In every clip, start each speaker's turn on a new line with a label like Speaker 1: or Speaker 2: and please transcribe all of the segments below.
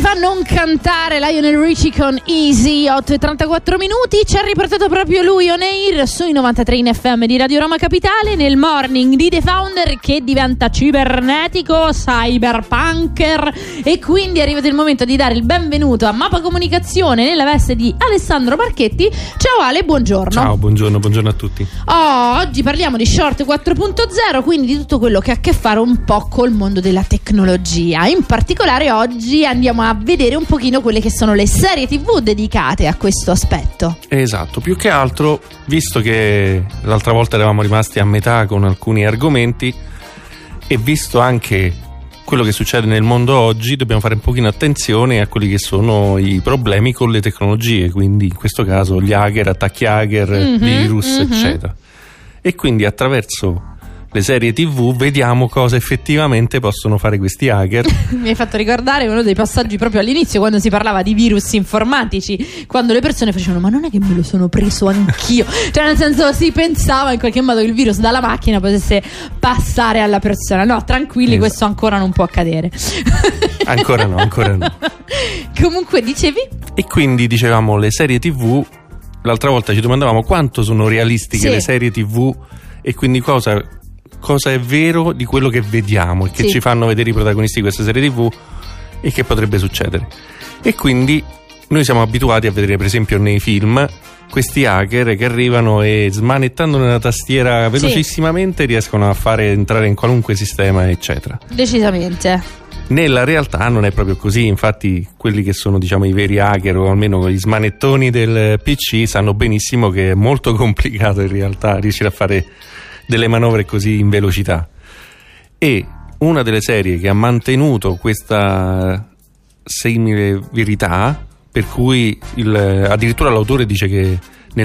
Speaker 1: fa non cantare Lionel Richie con Easy, 8:34 minuti. Ci ha riportato proprio lui on air sui 93 in FM di Radio Roma Capitale nel morning di The Founder, che diventa cibernetico, cyberpunker, e quindi è arrivato il momento di dare il benvenuto a Mappa Comunicazione nella veste di Alessandro Marchetti. Ciao Ale, buongiorno.
Speaker 2: Ciao, buongiorno a tutti.
Speaker 1: Oggi parliamo di Short 4.0, quindi di tutto quello che ha a che fare un po' col mondo della tecnologia. In particolare oggi andiamo a vedere un pochino quelle che sono le serie TV dedicate a questo aspetto.
Speaker 2: Esatto, più che altro, visto che l'altra volta eravamo rimasti a metà con alcuni argomenti e visto anche quello che succede nel mondo oggi, dobbiamo fare un pochino attenzione a quelli che sono i problemi con le tecnologie, quindi in questo caso gli hacker, attacchi hacker, virus, eccetera. E quindi attraverso le serie TV vediamo cosa effettivamente possono fare questi hacker.
Speaker 1: Mi hai fatto ricordare uno dei passaggi proprio all'inizio, quando si parlava di virus informatici, quando le persone facevano: ma non è che me lo sono preso anch'io? Cioè, nel senso, si pensava in qualche modo che il virus dalla macchina potesse passare alla persona. No, tranquilli, esatto. Questo ancora non può accadere.
Speaker 2: Ancora no.
Speaker 1: Comunque dicevi?
Speaker 2: E quindi dicevamo le serie TV. L'altra volta ci domandavamo quanto sono realistiche le serie TV e quindi cosa è vero di quello che vediamo e che ci fanno vedere i protagonisti di queste serie TV e che potrebbe succedere. E quindi noi siamo abituati a vedere, per esempio, nei film questi hacker che arrivano e smanettando nella tastiera velocissimamente riescono a fare entrare in qualunque sistema, eccetera.
Speaker 1: Decisamente.
Speaker 2: Nella realtà non è proprio così, infatti quelli che sono, diciamo, i veri hacker, o almeno gli smanettoni del PC, sanno benissimo che è molto complicato in realtà riuscire a fare delle manovre così in velocità. E una delle serie che ha mantenuto questa simile verità, per cui addirittura l'autore dice che nel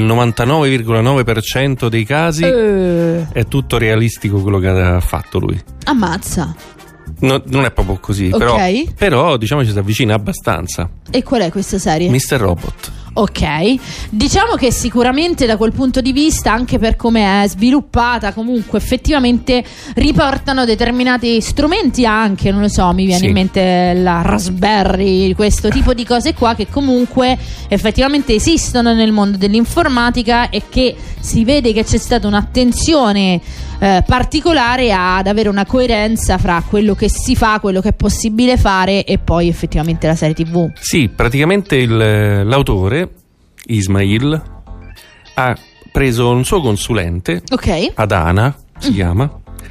Speaker 2: 99,9% dei casi è tutto realistico quello che ha fatto lui.
Speaker 1: Ammazza.
Speaker 2: No, non è proprio così, però diciamo ci si avvicina abbastanza.
Speaker 1: E qual è questa serie?
Speaker 2: Mr. Robot.
Speaker 1: Ok, diciamo che sicuramente da quel punto di vista, anche per come è sviluppata, comunque effettivamente riportano determinati strumenti, anche, non lo so, mi viene in mente la Raspberry, questo tipo di cose qua, che comunque effettivamente esistono nel mondo dell'informatica, e che si vede che c'è stata un'attenzione particolare ad avere una coerenza fra quello che si fa, quello che è possibile fare, e poi effettivamente la serie TV.
Speaker 2: Sì, praticamente l'autore Ismail ha preso un suo consulente, Adana si chiama,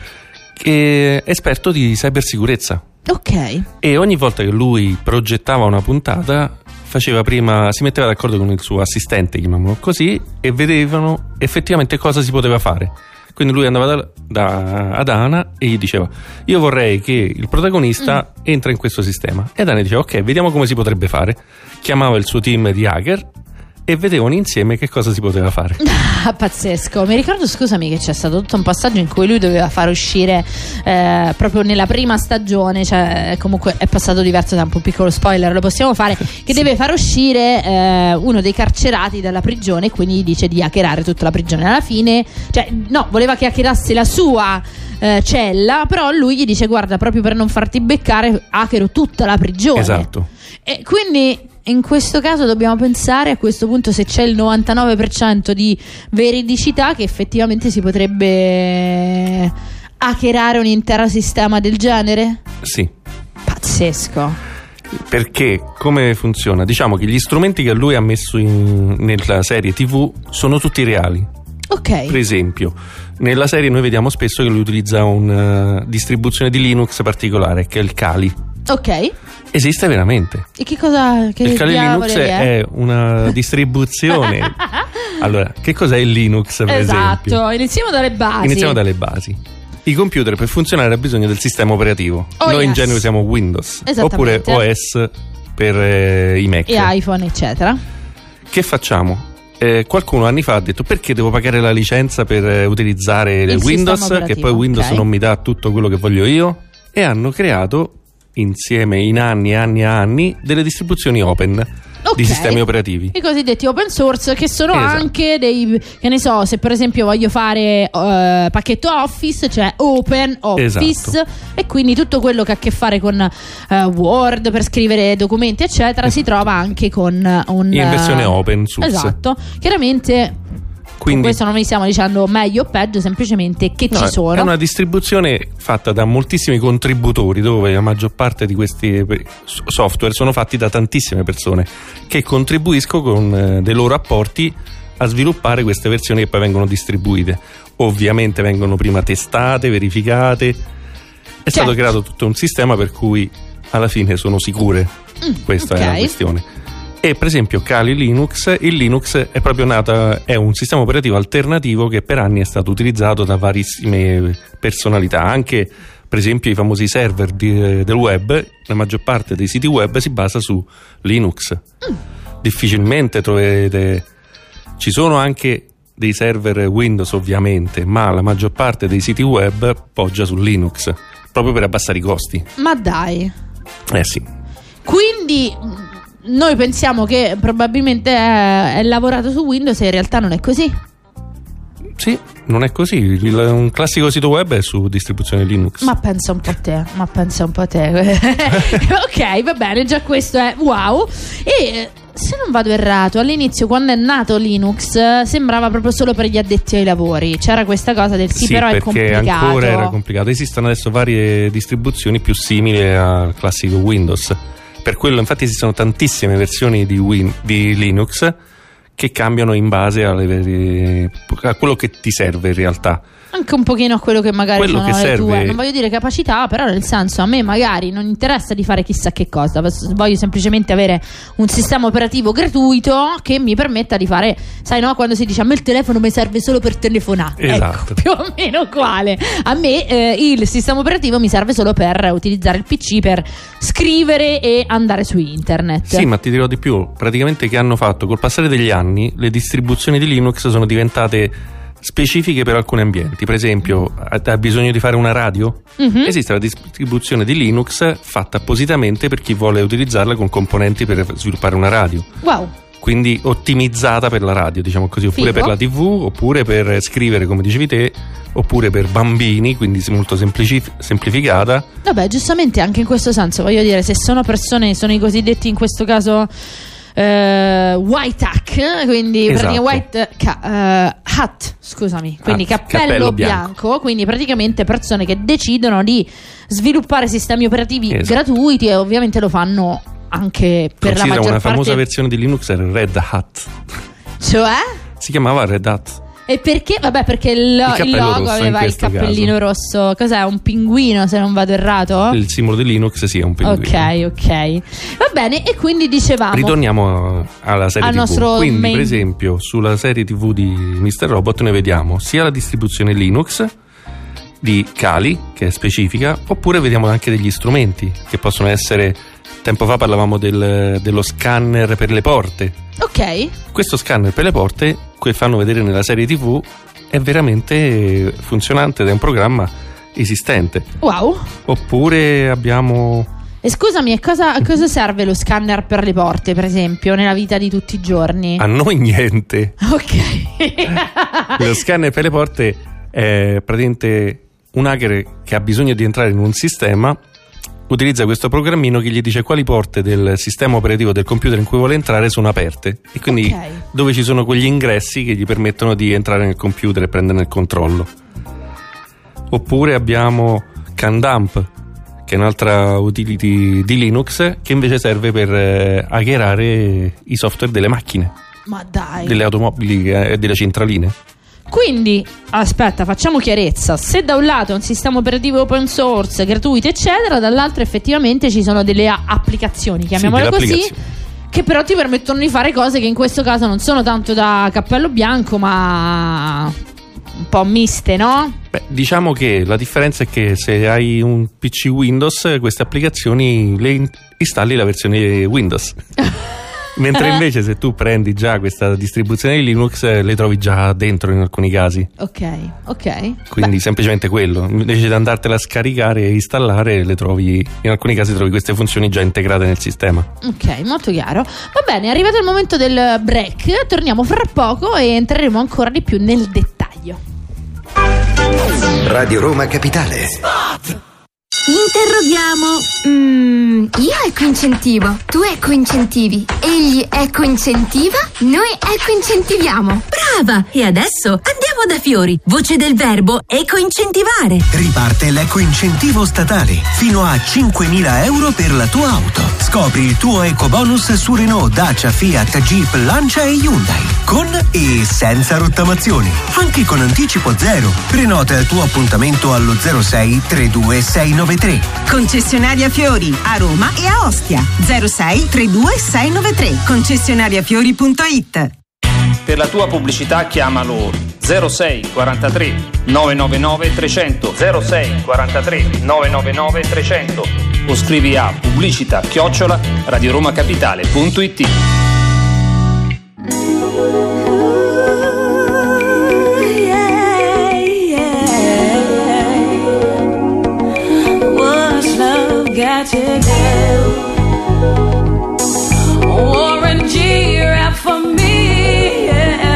Speaker 2: che è esperto di cybersicurezza. E ogni volta che lui progettava una puntata si metteva d'accordo con il suo assistente, chiamiamolo così, e vedevano effettivamente cosa si poteva fare. Quindi lui andava da Adana e gli diceva: io vorrei che il protagonista entra in questo sistema. E Adana diceva: ok, vediamo come si potrebbe fare. Chiamava il suo team di hacker e vedevano insieme che cosa si poteva fare.
Speaker 1: Pazzesco. Mi ricordo, scusami, che c'è stato tutto un passaggio in cui lui doveva far uscire proprio nella prima stagione, cioè comunque è passato diverso tempo, un piccolo spoiler lo possiamo fare, che deve far uscire uno dei carcerati dalla prigione, e quindi gli dice di hackerare tutta la prigione. Alla fine, cioè no, voleva che hackerasse la sua cella, però lui gli dice: guarda, proprio per non farti beccare hackero tutta la prigione.
Speaker 2: Esatto.
Speaker 1: E quindi in questo caso dobbiamo pensare, a questo punto, se c'è il 99% di veridicità, che effettivamente si potrebbe hackerare un intero sistema del genere?
Speaker 2: Sì.
Speaker 1: Pazzesco.
Speaker 2: Perché come funziona? Diciamo che gli strumenti che lui ha messo nella serie TV sono tutti reali. Per esempio, nella serie noi vediamo spesso che lui utilizza una distribuzione di Linux particolare, che è il Kali. Esiste veramente.
Speaker 1: E che cosa?
Speaker 2: Il Kali Linux è una distribuzione. Allora, che cos'è il Linux, per esempio?
Speaker 1: Iniziamo dalle basi.
Speaker 2: I computer, per funzionare, hanno bisogno del sistema operativo. Noi in genere usiamo Windows, oppure OS per i Mac
Speaker 1: e iPhone, eccetera.
Speaker 2: Che facciamo? Qualcuno anni fa ha detto: perché devo pagare la licenza per utilizzare il Windows, che poi Windows non mi dà tutto quello che voglio io? E hanno creato insieme, in anni e anni, delle distribuzioni open. di sistemi operativi.
Speaker 1: I cosiddetti open source, che sono anche dei, che ne so, se per esempio voglio fare pacchetto Office, cioè Open Office, e quindi tutto quello che ha a che fare con Word per scrivere documenti eccetera si trova anche con in
Speaker 2: versione open source.
Speaker 1: Esatto, chiaramente. Quindi, questo non vi stiamo dicendo meglio o peggio, semplicemente che ci sono.
Speaker 2: È una distribuzione fatta da moltissimi contributori, dove la maggior parte di questi software sono fatti da tantissime persone che contribuiscono con dei loro apporti a sviluppare queste versioni che poi vengono distribuite. Ovviamente vengono prima testate, verificate. È stato creato tutto un sistema per cui alla fine sono sicure. Questa è la questione. E per esempio Kali Linux, il Linux è proprio è un sistema operativo alternativo che per anni è stato utilizzato da varissime personalità, anche per esempio i famosi server del web. La maggior parte dei siti web si basa su Linux. Difficilmente troverete, ci sono anche dei server Windows ovviamente, ma la maggior parte dei siti web poggia su Linux, proprio per abbassare i costi.
Speaker 1: Ma dai.
Speaker 2: Sì.
Speaker 1: Quindi noi pensiamo che probabilmente è lavorato su Windows e in realtà non è così.
Speaker 2: Sì, non è così. Un classico sito web è su distribuzione Linux.
Speaker 1: Ma pensa un po' a te. Ok, va bene, già questo è wow. E se non vado errato, all'inizio quando è nato Linux sembrava proprio solo per gli addetti ai lavori. C'era questa cosa del però è complicato.
Speaker 2: Perché ancora era complicato. Esistono adesso varie distribuzioni più simili al classico Windows. Per quello infatti esistono tantissime versioni di Linux che cambiano in base a quello che ti serve in realtà.
Speaker 1: Anche un pochino a quello che magari
Speaker 2: quello
Speaker 1: sono
Speaker 2: che
Speaker 1: le
Speaker 2: serve...
Speaker 1: tue, non voglio dire capacità, però nel senso, a me magari non interessa di fare chissà che cosa, voglio semplicemente avere un sistema operativo gratuito che mi permetta di fare, sai, no, quando si dice a me il telefono mi serve solo per telefonare,
Speaker 2: esatto.
Speaker 1: Ecco, più o meno uguale. A me il sistema operativo mi serve solo per utilizzare il PC per scrivere e andare su internet.
Speaker 2: Sì, ma ti dirò di più, praticamente che hanno fatto col passare degli anni le distribuzioni di Linux sono diventate specifiche per alcuni ambienti. Per esempio, ha bisogno di fare una radio? Esiste la distribuzione di Linux fatta appositamente per chi vuole utilizzarla con componenti per sviluppare una radio.
Speaker 1: Wow.
Speaker 2: Quindi ottimizzata per la radio, diciamo così, oppure per la TV, oppure per scrivere, come dicevi te, oppure per bambini, quindi molto semplificata. Vabbè,
Speaker 1: giustamente anche in questo senso, voglio dire, se sono persone, sono i cosiddetti in questo caso white hat, quindi white hat, scusami, quindi cappello bianco, quindi praticamente persone che decidono di sviluppare sistemi operativi gratuiti e ovviamente lo fanno anche per la maggior parte.
Speaker 2: Una famosa versione di Linux era Red Hat.
Speaker 1: Cioè?
Speaker 2: Si chiamava Red Hat.
Speaker 1: E perché? Vabbè, perché il logo aveva il cappellino rosso. Cos'è? Un pinguino, se non vado errato?
Speaker 2: Il simbolo di Linux, sì, è un pinguino.
Speaker 1: Ok. Va bene, e quindi dicevamo,
Speaker 2: ritorniamo alla serie TV. Quindi, per esempio, sulla serie TV di Mr. Robot noi vediamo sia la distribuzione Linux di Kali, che è specifica, oppure vediamo anche degli strumenti che possono essere... Tempo fa parlavamo dello scanner per le porte.
Speaker 1: Ok.
Speaker 2: Questo scanner per le porte, che fanno vedere nella serie TV, è veramente funzionante ed è un programma esistente.
Speaker 1: Wow.
Speaker 2: Oppure abbiamo...
Speaker 1: E scusami, a cosa serve lo scanner per le porte, per esempio, nella vita di tutti i giorni?
Speaker 2: A noi niente.
Speaker 1: Ok.
Speaker 2: Lo scanner per le porte è praticamente un hacker che ha bisogno di entrare in un sistema, utilizza questo programmino che gli dice quali porte del sistema operativo del computer in cui vuole entrare sono aperte, e quindi dove ci sono quegli ingressi che gli permettono di entrare nel computer e prendere il controllo. Oppure abbiamo CanDump, che è un'altra utility di Linux che invece serve per hackerare i software delle macchine.
Speaker 1: Ma dai!
Speaker 2: Delle automobili e delle centraline.
Speaker 1: Quindi, aspetta, facciamo chiarezza. Se da un lato è un sistema operativo open source, gratuito, eccetera, dall'altro effettivamente ci sono delle applicazioni, chiamiamole così, che però ti permettono di fare cose che in questo caso non sono tanto da cappello bianco, ma un po' miste, no?
Speaker 2: Beh, diciamo che la differenza è che se hai un PC Windows, queste applicazioni le installi la versione Windows. Mentre invece se tu prendi già questa distribuzione di Linux le trovi già dentro in alcuni casi.
Speaker 1: Ok.
Speaker 2: Quindi semplicemente quello, invece di andartela a scaricare e installare, le trovi, in alcuni casi trovi queste funzioni già integrate nel sistema.
Speaker 1: Ok, molto chiaro. Va bene, è arrivato il momento del break, torniamo fra poco e entreremo ancora di più nel dettaglio.
Speaker 3: Radio Roma Capitale.
Speaker 4: Spot. Interroghiamo. Io eco-incentivo, tu eco-incentivi, egli eco-incentiva, noi eco-incentiviamo.
Speaker 5: Brava! E adesso andiamo da Fiori, voce del verbo eco-incentivare.
Speaker 3: Riparte l'eco-incentivo statale, fino a 5.000 euro per la tua auto. Scopri il tuo eco-bonus su Renault, Dacia, Fiat, Jeep, Lancia e Hyundai. Con e senza rottamazioni, anche con anticipo zero. Prenota il tuo appuntamento allo 06 32 693.
Speaker 6: Concessionaria Fiori a Roma e a Ostia 06 32 693. concessionariafiori.it.
Speaker 7: Per la tua pubblicità chiamalo 06 43 999 300 06 43 999 300 o scrivi a pubblicità@radioromacapitale.it.
Speaker 8: Got to do Warren G, rap for me,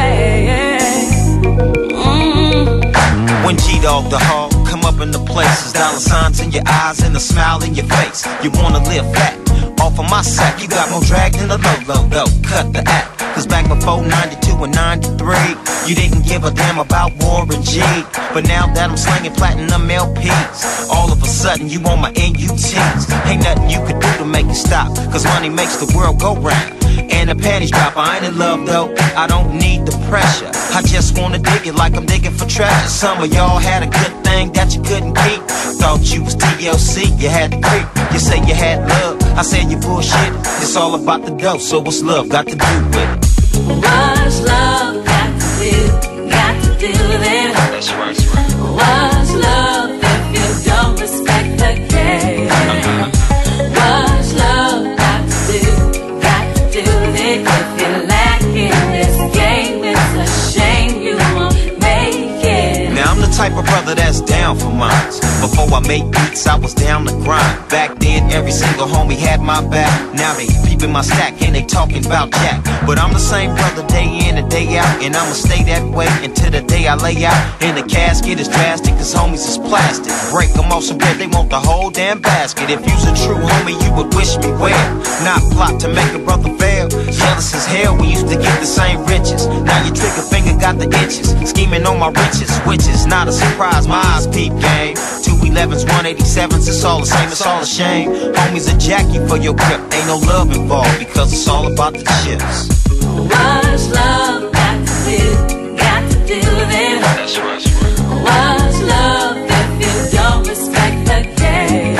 Speaker 9: When G-Dog the Hog come up in the places, dollar signs in your eyes and a smile in your face. You wanna live fat off of my sack, you got more drag than the low. Cut the act, cause back before 92 and 93, you didn't give a damn about Warren G. But now that I'm slanging platinum LPs, all of a sudden you on my NUTs. Ain't nothing you could do to make it stop, cause money makes the world go round. And the panties drop, I ain't in love though, I don't need the pressure. I just wanna dig it like I'm digging for treasure. Some of y'all had a good thing that you couldn't keep. Thought you was TLC, you had to creep. You say you had love, I said you bullshit. It's all about the dough, so what's love got to do with it?
Speaker 8: What's love got to do? Got to do this.
Speaker 9: That's right.
Speaker 8: What's love if you don't respect the game? What's love got to do? Got to do this. If you're lacking this game, it's a shame you won't make it.
Speaker 9: Now I'm the type of brother that's down for mines. Before I made beats, I was down the grind. Back then, every single homie had my back. Now they peeping my stack and they talking about Jack. But I'm the same brother day in and day out, and I'ma stay that way until the day I lay out. And the casket is drastic, cause homies is plastic. Break them off some bread, they want the whole damn basket. If you's a true homie, you would wish me well. Not plot to make a brother fail. Jealous as hell, we used to get the same riches. Now your trigger finger got the itches. Scheming on my riches, which is not a surprise, my eyes peep game. 211s, 187s, it's all the same, it's all a shame. Homies a Jackie for your grip, ain't no love involved, because it's all about the chips.
Speaker 8: What's love got to do? Got to do this.
Speaker 9: That's right.
Speaker 8: What's love if you don't respect the game?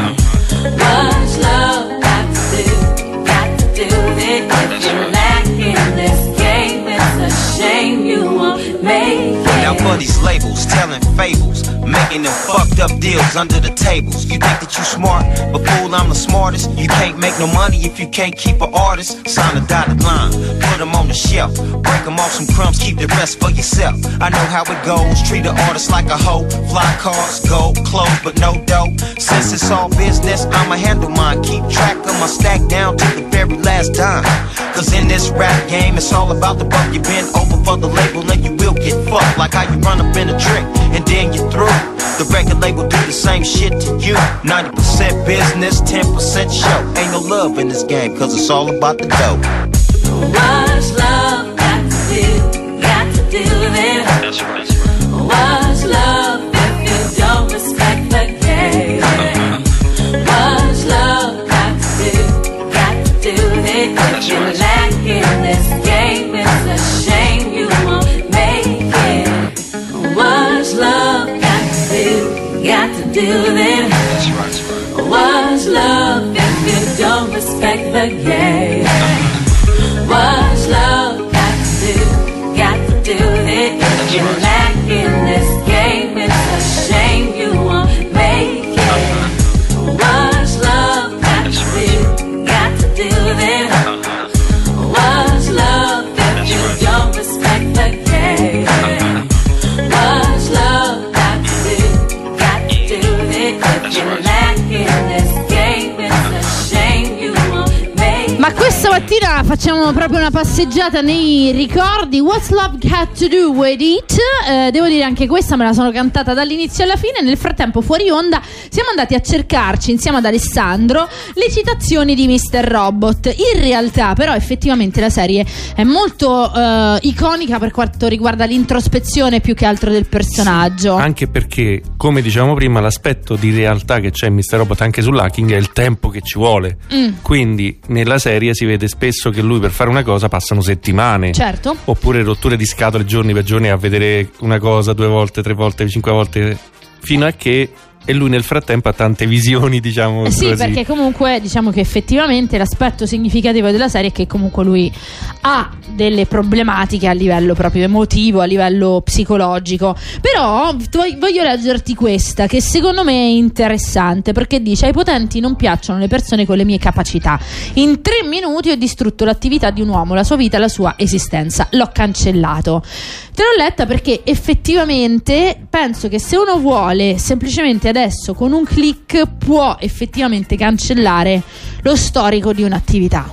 Speaker 8: What's love got to do? Got to do this. If you're lacking this game, it's a shame you won't make it.
Speaker 9: Now for these labels, telling fables, making them fucked up deals under the tables. You think that you smart, but fool, I'm the smartest. You can't make no money if you can't keep an artist. Sign a dotted line, put them on the shelf. Break them off some crumbs, keep the rest for yourself. I know how it goes, treat an artist like a hoe. Fly cars, gold, clothes, but no dough. Since it's all business, I'ma handle mine. Keep track of my stack down to the very last dime. Cause in this rap game, it's all about the buck. You bend over for the label and you will get fucked. Like how you run up in a trick and then you're through. The record label do the same shit to you. 90% business, 10% show. Ain't no love in this game, cause it's all about the dough.
Speaker 8: What's love got to do? Got to do this.
Speaker 9: That's right.
Speaker 8: What's love if you don't respect the game? What's love got to do? Got to do this. If you're lacking this game, it's a shame you won't make it. What's love got to do? Got to do this.
Speaker 9: That's right.
Speaker 8: What's love if you don't respect the game? What's love got to do? Got to do this. If you're lacking this game, it's a shame you won't make it. What's love got to do? Got to do this.
Speaker 1: Stamattina facciamo proprio una passeggiata nei ricordi. What's Love Got to Do With It? Devo dire, anche questa me la sono cantata dall'inizio alla fine. Nel frattempo, fuori onda, siamo andati a cercarci insieme ad Alessandro le citazioni di Mr. Robot. In realtà, però, effettivamente la serie è molto iconica per quanto riguarda l'introspezione più che altro del personaggio.
Speaker 2: Sì, anche perché, come dicevamo prima, l'aspetto di realtà che c'è in Mr. Robot anche sull'hacking è il tempo che ci vuole. Quindi nella serie si vede spesso che lui per fare una cosa passano settimane,
Speaker 1: certo,
Speaker 2: oppure rotture di scatole giorni per giorni a vedere una cosa 2 volte, 3 volte, 5 volte, fino a che e lui nel frattempo ha tante visioni, diciamo
Speaker 1: sì,
Speaker 2: così.
Speaker 1: perché comunque diciamo che effettivamente l'aspetto significativo della serie è che comunque lui ha delle problematiche a livello proprio emotivo, a livello psicologico. Però voglio leggerti questa, che secondo me è interessante, perché dice: ai potenti non piacciono le persone con le mie capacità. In 3 minuti ho distrutto l'attività di un uomo, la sua vita, la sua esistenza, l'ho cancellato. Te l'ho letta perché effettivamente penso che se uno vuole, semplicemente adesso con un click può effettivamente cancellare lo storico di un'attività.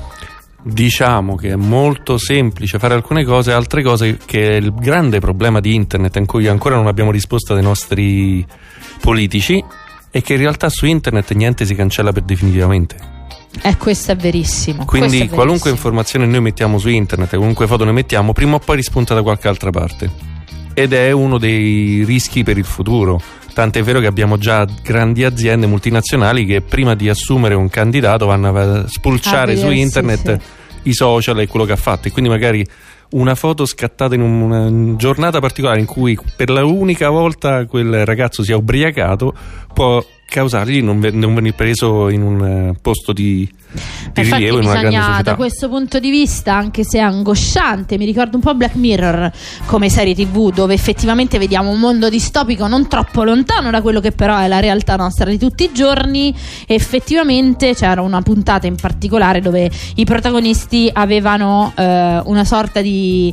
Speaker 2: Diciamo che è molto semplice fare alcune cose, altre cose che è il grande problema di internet, in cui ancora non abbiamo risposta dai nostri politici, è che in realtà su internet niente si cancella per definitivamente.
Speaker 1: Questo è verissimo.
Speaker 2: Quindi qualunque informazione noi mettiamo su internet, qualunque foto ne mettiamo, prima o poi rispunta da qualche altra parte, ed è uno dei rischi per il futuro. Tant'è vero che abbiamo già grandi aziende multinazionali che prima di assumere un candidato vanno a spulciare su internet i social e quello che ha fatto, e quindi magari una foto scattata in una giornata particolare in cui per la unica volta quel ragazzo si è ubriacato può causargli non venire preso in un posto di rilievo in una grande società.
Speaker 1: Da questo punto di vista, anche se è angosciante, mi ricorda un po' Black Mirror come serie TV, dove effettivamente vediamo un mondo distopico non troppo lontano da quello che però è la realtà nostra di tutti i giorni. Effettivamente c'era una puntata in particolare dove i protagonisti avevano una sorta di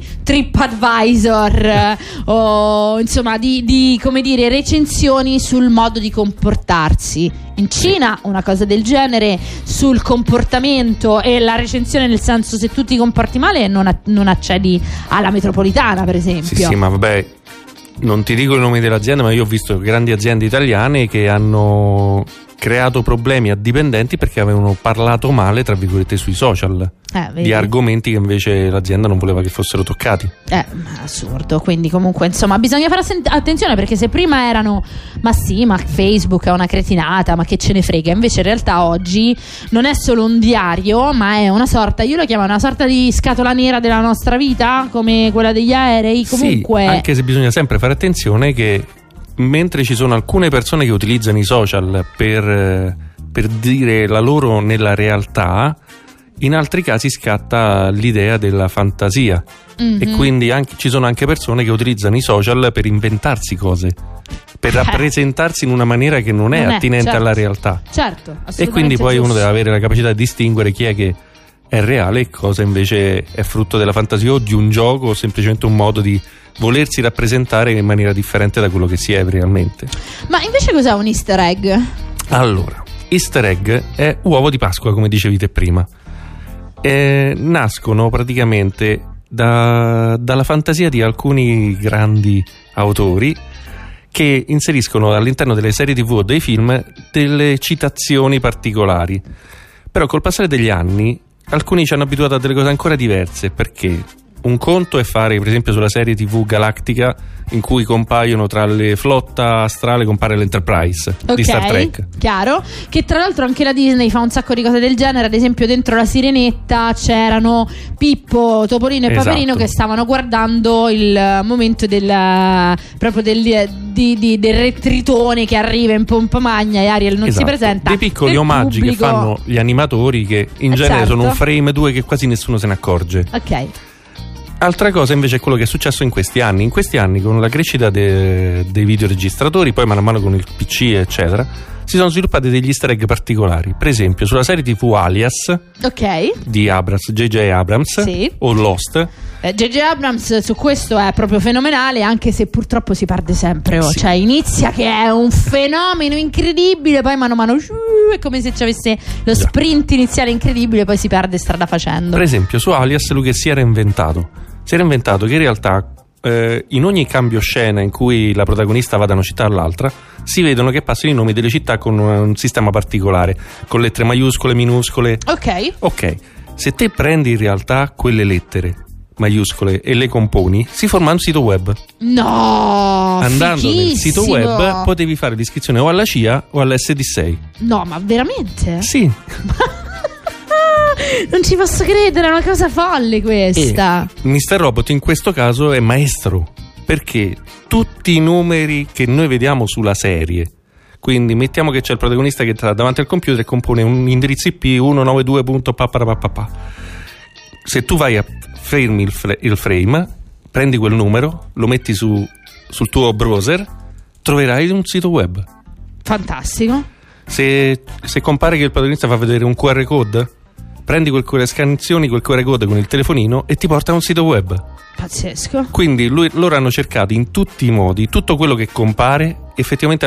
Speaker 1: TripAdvisor o insomma di come dire recensioni sul modo di comportarsi. In Cina una cosa del genere, sul comportamento e la recensione, nel senso, se tu ti comporti male non accedi alla metropolitana, per esempio.
Speaker 2: Sì, ma vabbè, non ti dico i nomi dell'azienda, ma io ho visto grandi aziende italiane che hanno creato problemi a dipendenti perché avevano parlato male, tra virgolette, sui social di argomenti che invece l'azienda non voleva che fossero toccati.
Speaker 1: Assurdo. Quindi comunque insomma bisogna fare attenzione, perché se prima erano ma Facebook è una cretinata, ma che ce ne frega, invece in realtà oggi non è solo un diario, ma è una sorta, io lo chiamo una sorta di scatola nera della nostra vita, come quella degli aerei. Comunque
Speaker 2: sì, anche se bisogna sempre fare attenzione che mentre ci sono alcune persone che utilizzano i social per dire la loro nella realtà, in altri casi scatta l'idea della fantasia. E quindi ci sono anche persone che utilizzano i social per inventarsi cose, per rappresentarsi in una maniera che non è attinente alla realtà.
Speaker 1: Certo,
Speaker 2: e quindi poi uno deve avere la capacità di distinguere chi è che è reale e cosa invece è frutto della fantasia o di un gioco o semplicemente un modo di volersi rappresentare in maniera differente da quello che si è realmente.
Speaker 1: Ma invece cos'è un easter egg?
Speaker 2: Allora, easter egg è uovo di Pasqua, come dicevi te prima. Nascono praticamente dalla fantasia di alcuni grandi autori che inseriscono all'interno delle serie TV o dei film delle citazioni particolari. Però col passare degli anni alcuni ci hanno abituato a delle cose ancora diverse, perché un conto è fare, per esempio, sulla serie TV Galattica, in cui compaiono tra le flotta astrale compare l'Enterprise di Star Trek.
Speaker 1: Chiaro, che tra l'altro anche la Disney fa un sacco di cose del genere. Ad esempio dentro la Sirenetta c'erano Pippo, Topolino e Paperino che stavano guardando il momento del re Tritone che arriva in pompa magna e Ariel non si presenta.
Speaker 2: Dei piccoli omaggi che fanno gli animatori, che in genere sono un frame 2 che quasi nessuno se ne accorge.
Speaker 1: Ok.
Speaker 2: Altra cosa invece è quello che è successo in questi anni. In questi anni, con la crescita dei videoregistratori, poi man mano con il PC eccetera, si sono sviluppati degli easter egg particolari. Per esempio, sulla serie TV Alias di J.J. Abrams, o Lost.
Speaker 1: J.J. Abrams su questo è proprio fenomenale, anche se purtroppo si perde sempre. Cioè inizia che è un fenomeno incredibile, poi mano a mano è come se ci avesse lo sprint iniziale incredibile, poi si perde strada facendo.
Speaker 2: Per esempio su Alias lui che si era inventato che in realtà in ogni cambio scena in cui la protagonista va da una città all'altra si vedono che passano i nomi delle città con un sistema particolare, con lettere maiuscole, minuscole. Ok, se te prendi in realtà quelle lettere maiuscole e le componi, si forma un sito web.
Speaker 1: No,
Speaker 2: andando
Speaker 1: fighissimo.
Speaker 2: nel sito web potevi fare l'iscrizione o alla CIA o all'SD6.
Speaker 1: No, ma veramente?
Speaker 2: Sì.
Speaker 1: Non ci posso credere, è una cosa folle questa.
Speaker 2: E Mr. Robot in questo caso è maestro, perché tutti i numeri che noi vediamo sulla serie, quindi mettiamo che c'è il protagonista che sta davanti al computer e compone un indirizzo IP 192. Se tu vai a fermi il frame, prendi quel numero, lo metti sul tuo browser, troverai un sito web.
Speaker 1: Fantastico.
Speaker 2: Se compare che il protagonista fa vedere un QR code, prendi scansioni quel QR code con il telefonino e ti porta a un sito web.
Speaker 1: Pazzesco.
Speaker 2: Quindi loro hanno cercato in tutti i modi, tutto quello che compare effettivamente è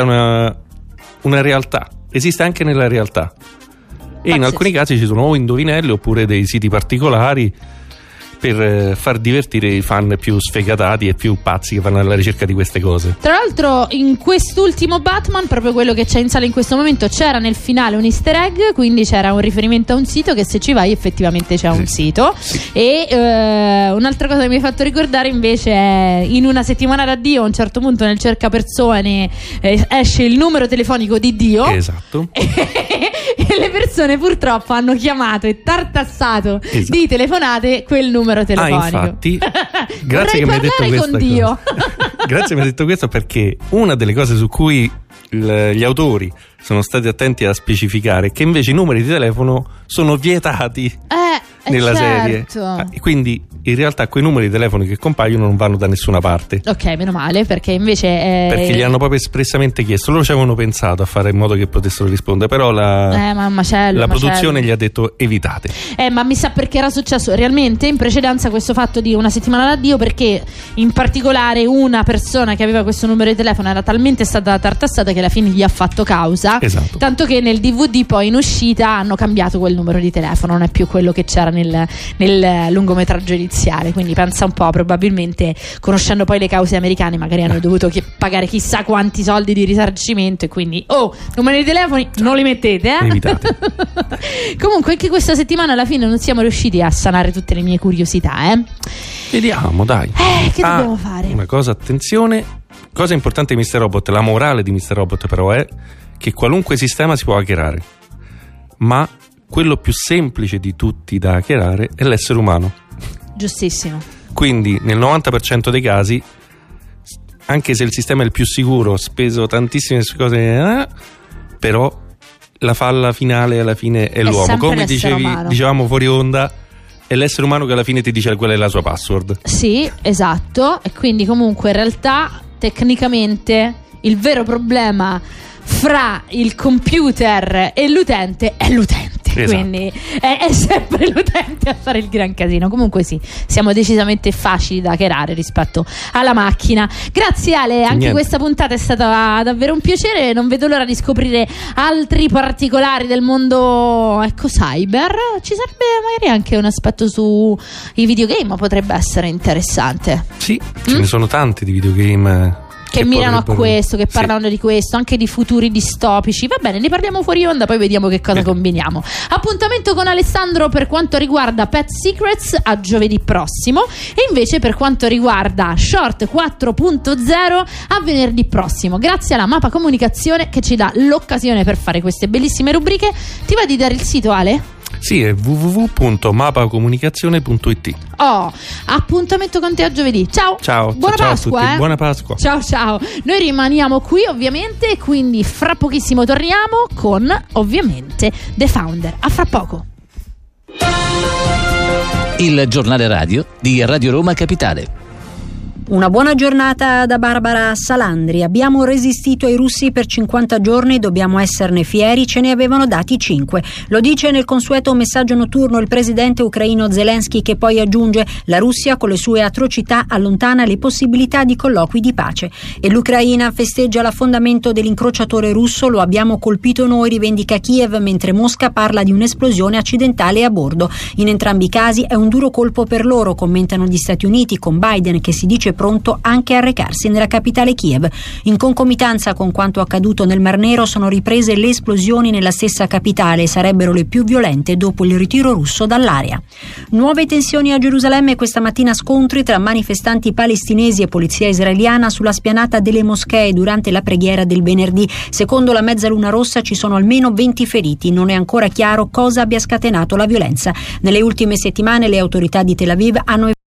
Speaker 2: una realtà, esiste anche nella realtà. E in alcuni casi ci sono o indovinelli oppure dei siti particolari per far divertire i fan più sfegatati e più pazzi che vanno alla ricerca di queste cose.
Speaker 1: Tra l'altro in quest'ultimo Batman, proprio quello che c'è in sala in questo momento, c'era nel finale un easter egg, quindi c'era un riferimento a un sito, che se ci vai effettivamente c'è un sito. E un'altra cosa che mi ha fatto ricordare invece è in Una settimana da Dio, a un certo punto nel cercapersone esce il numero telefonico di Dio.
Speaker 2: Esatto.
Speaker 1: E le persone purtroppo hanno chiamato e tartassato di telefonate quel numero telefonico.
Speaker 2: Infatti, grazie che mi hai detto questo.
Speaker 1: Con Dio.
Speaker 2: Grazie che mi hai detto questo, perché una delle cose su cui gli autori sono stati attenti a specificare è che invece i numeri di telefono sono vietati nella serie. Quindi in realtà quei numeri di telefono che compaiono non vanno da nessuna parte.
Speaker 1: Ok, meno male, perché invece
Speaker 2: perché gli hanno proprio espressamente chiesto. Loro ci avevano pensato a fare in modo che potessero rispondere, però la produzione gli ha detto evitate.
Speaker 1: Ma mi sa perché era successo realmente in precedenza questo fatto di Una settimana da Dio, perché in particolare una persona che aveva questo numero di telefono era talmente stata tartassata che alla fine gli ha fatto causa.
Speaker 2: Esatto.
Speaker 1: Tanto che nel DVD poi in uscita hanno cambiato quel numero di telefono, non è più quello che c'era nel lungometraggio iniziale. Quindi pensa un po', probabilmente conoscendo poi le cause americane magari hanno dovuto pagare chissà quanti soldi di risarcimento, e quindi numeri di telefoni non li mettete,
Speaker 2: evitate.
Speaker 1: Comunque anche questa settimana alla fine non siamo riusciti a sanare tutte le mie curiosità.
Speaker 2: Vediamo, dai.
Speaker 1: Che dobbiamo fare?
Speaker 2: Una cosa, attenzione, cosa importante di Mr. Robot, la morale di Mr. Robot però è che qualunque sistema si può hackerare, ma quello più semplice di tutti da hackerare è l'essere umano.
Speaker 1: Giustissimo.
Speaker 2: Quindi nel 90% dei casi, anche se il sistema è il più sicuro, ho speso tantissime cose, però la falla finale alla fine è l'uomo. Come dicevamo fuori onda, è l'essere umano che alla fine ti dice qual è la sua password. Sì,
Speaker 1: esatto. E quindi comunque in realtà tecnicamente il vero problema fra il computer e l'utente è l'utente. Esatto. Quindi è sempre l'utente a fare il gran casino. Comunque sì, siamo decisamente facili da hackerare rispetto alla macchina. Grazie Ale, anche questa puntata è stata davvero un piacere. Non vedo l'ora di scoprire altri particolari del mondo cyber. Ci sarebbe magari anche un aspetto sui videogame, potrebbe essere interessante.
Speaker 2: Sì, ce ne sono tanti di videogame
Speaker 1: che mirano a questo, che parlano di questo, anche di futuri distopici. Va bene, ne parliamo fuori onda, poi vediamo che cosa combiniamo. Appuntamento con Alessandro per quanto riguarda Pet Secrets a giovedì prossimo, e invece per quanto riguarda Short 4.0 a venerdì prossimo. Grazie alla Mapa Comunicazione che ci dà l'occasione per fare queste bellissime rubriche. Ti va di dare il sito, Ale?
Speaker 2: Sì, è www.mapacomunicazione.it.
Speaker 1: Appuntamento con te a giovedì. Ciao. Buona Pasqua,
Speaker 2: a tutti. Buona Pasqua.
Speaker 1: Ciao. Noi rimaniamo qui ovviamente, quindi fra pochissimo torniamo con ovviamente The Founder. A fra poco.
Speaker 10: Il giornale radio di Radio Roma Capitale. Una buona giornata da Barbara Salandri. Abbiamo resistito ai russi per 50 giorni, dobbiamo esserne fieri, ce ne avevano dati 5. Lo dice nel consueto messaggio notturno il presidente ucraino Zelensky, che poi aggiunge: la Russia con le sue atrocità allontana le possibilità di colloqui di pace. E l'Ucraina festeggia l'affondamento dell'incrociatore russo, lo abbiamo colpito noi, rivendica Kiev, mentre Mosca parla di un'esplosione accidentale a bordo. In entrambi i casi è un duro colpo per loro, commentano gli Stati Uniti, con Biden che si dice pronto anche a recarsi nella capitale Kiev. In concomitanza con quanto accaduto nel Mar Nero sono riprese le esplosioni nella stessa capitale e sarebbero le più violente dopo il ritiro russo dall'area. Nuove tensioni a Gerusalemme, questa mattina scontri tra manifestanti palestinesi e polizia israeliana sulla spianata delle moschee durante la preghiera del venerdì. Secondo la Mezzaluna Rossa ci sono almeno 20 feriti, non è ancora chiaro cosa abbia scatenato la violenza. Nelle ultime settimane le autorità di Tel Aviv hanno